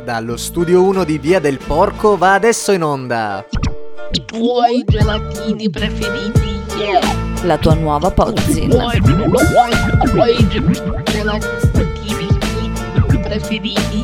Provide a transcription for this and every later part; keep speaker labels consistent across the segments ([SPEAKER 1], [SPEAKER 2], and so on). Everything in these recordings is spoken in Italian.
[SPEAKER 1] Dallo studio 1 di Via del Porco va adesso in onda
[SPEAKER 2] I tuoi gelatini preferiti,
[SPEAKER 3] la tua nuova Podzin.
[SPEAKER 2] I tuoi gelatini preferiti.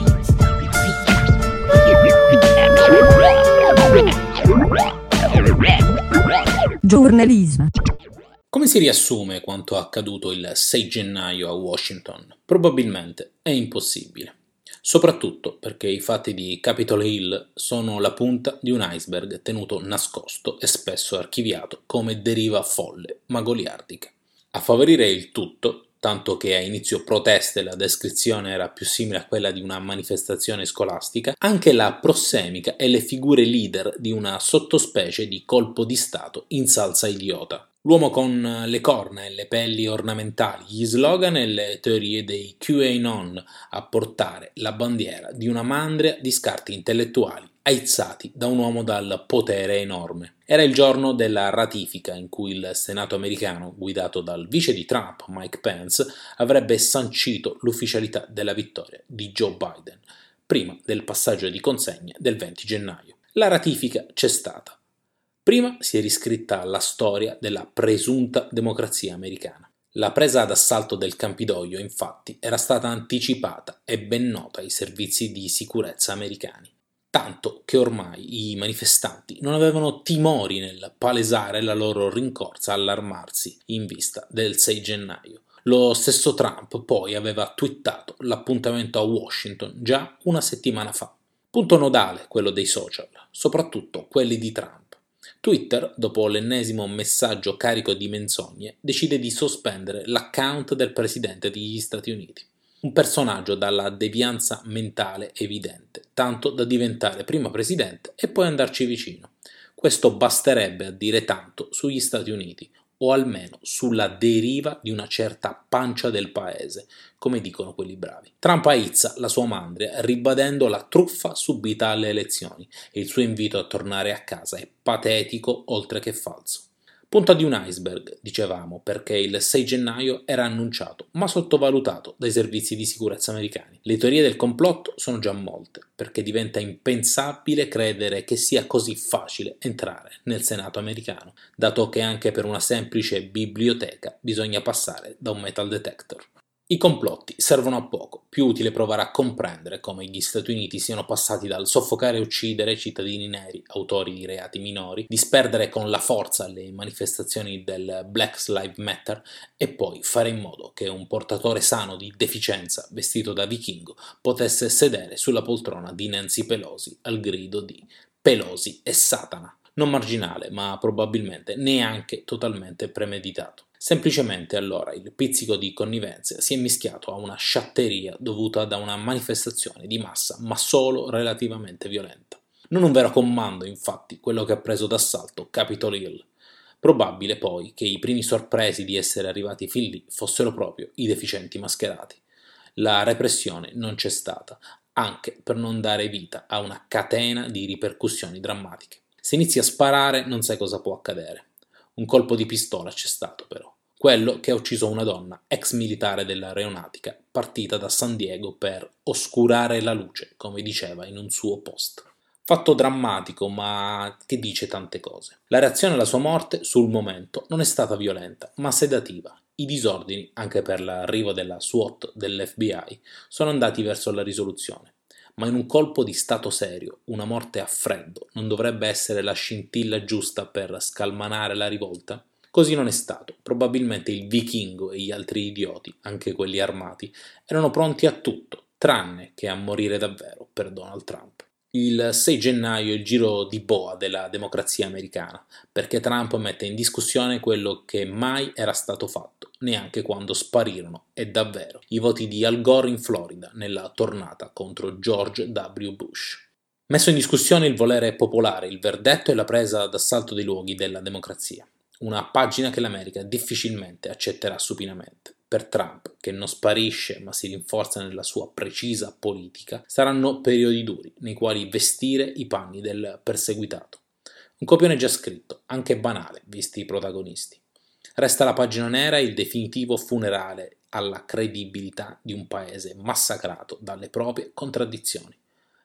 [SPEAKER 3] Giornalismo.
[SPEAKER 4] Come si riassume quanto accaduto il 6 gennaio a Washington? Probabilmente è impossibile. Soprattutto perché i fatti di Capitol Hill sono la punta di un iceberg tenuto nascosto e spesso archiviato come deriva folle ma goliardica. A favorire il tutto, tanto che a inizio proteste la descrizione era più simile a quella di una manifestazione scolastica, anche la prossemica e le figure leader di una sottospecie di colpo di stato in salsa idiota. L'uomo con le corna e le pelli ornamentali, gli slogan e le teorie dei QAnon a portare la bandiera di una mandria di scarti intellettuali aizzati da un uomo dal potere enorme. Era il giorno della ratifica in cui il Senato americano, guidato dal vice di Trump, Mike Pence, avrebbe sancito l'ufficialità della vittoria di Joe Biden, prima del passaggio di consegne del 20 gennaio. La ratifica c'è stata. Prima si è riscritta la storia della presunta democrazia americana. La presa d'assalto del Campidoglio, infatti, era stata anticipata e ben nota ai servizi di sicurezza americani, tanto che ormai i manifestanti non avevano timori nel palesare la loro rincorsa a allarmarsi in vista del 6 gennaio. Lo stesso Trump poi aveva twittato l'appuntamento a Washington già una settimana fa. Punto nodale quello dei social, soprattutto quelli di Trump. Twitter, dopo l'ennesimo messaggio carico di menzogne, decide di sospendere l'account del presidente degli Stati Uniti. Un personaggio dalla devianza mentale evidente, tanto da diventare prima presidente e poi andarci vicino. Questo basterebbe a dire tanto sugli Stati Uniti, o almeno sulla deriva di una certa pancia del paese, come dicono quelli bravi. Trump aizza la sua mandria ribadendo la truffa subita alle elezioni e il suo invito a tornare a casa è patetico oltre che falso. Punta di un iceberg, dicevamo, perché il 6 gennaio era annunciato, ma sottovalutato dai servizi di sicurezza americani. Le teorie del complotto sono già molte, perché diventa impensabile credere che sia così facile entrare nel Senato americano, dato che anche per una semplice biblioteca bisogna passare da un metal detector. I complotti servono a poco, più utile provare a comprendere come gli Stati Uniti siano passati dal soffocare e uccidere cittadini neri, autori di reati minori, disperdere con la forza le manifestazioni del Black Lives Matter e poi fare in modo che un portatore sano di deficienza vestito da vichingo potesse sedere sulla poltrona di Nancy Pelosi al grido di Pelosi è Satana. Non marginale, ma probabilmente neanche totalmente premeditato. Semplicemente allora il pizzico di connivenza si è mischiato a una sciatteria dovuta da una manifestazione di massa, ma solo relativamente violenta. Non un vero comando, infatti, quello che ha preso d'assalto Capitol Hill. Probabile poi che i primi sorpresi di essere arrivati fin lì fossero proprio i deficienti mascherati. La repressione non c'è stata, anche per non dare vita a una catena di ripercussioni drammatiche. Se inizi a sparare non sai cosa può accadere. Un colpo di pistola c'è stato però, quello che ha ucciso una donna, ex militare dell'aeronautica, partita da San Diego per oscurare la luce, come diceva in un suo post. Fatto drammatico, ma che dice tante cose. La reazione alla sua morte, sul momento, non è stata violenta, ma sedativa. I disordini, anche per l'arrivo della SWAT dell'FBI, sono andati verso la risoluzione. Ma in un colpo di stato serio, una morte a freddo non dovrebbe essere la scintilla giusta per scalmanare la rivolta? Così non è stato. Probabilmente il vichingo e gli altri idioti, anche quelli armati, erano pronti a tutto, tranne che a morire davvero per Donald Trump. Il 6 gennaio è il giro di boa della democrazia americana, perché Trump mette in discussione quello che mai era stato fatto, neanche quando sparirono, e davvero, i voti di Al Gore in Florida nella tornata contro George W. Bush. Messo in discussione il volere popolare, il verdetto e la presa d'assalto dei luoghi della democrazia. Una pagina che l'America difficilmente accetterà supinamente. Per Trump, che non sparisce ma si rinforza nella sua precisa politica, saranno periodi duri nei quali vestire i panni del perseguitato. Un copione già scritto, anche banale, visti i protagonisti. Resta la pagina nera e il definitivo funerale alla credibilità di un paese massacrato dalle proprie contraddizioni.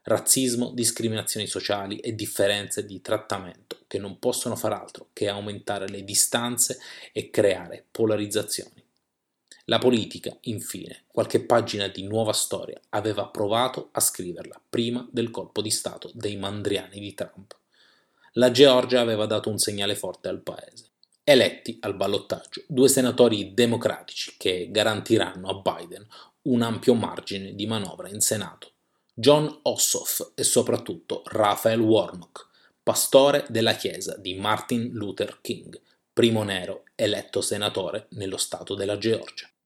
[SPEAKER 4] razzismo, discriminazioni sociali e differenze di trattamento che non possono far altro che aumentare le distanze e creare polarizzazioni. La politica, infine, qualche pagina di nuova storia aveva provato a scriverla prima del colpo di stato dei mandriani di Trump. La Georgia aveva dato un segnale forte al paese. Eletti al ballottaggio 2 senatori democratici che garantiranno a Biden un ampio margine di manovra in Senato. John Ossoff e soprattutto Raphael Warnock, pastore della chiesa di Martin Luther King, primo nero eletto senatore nello stato della Georgia.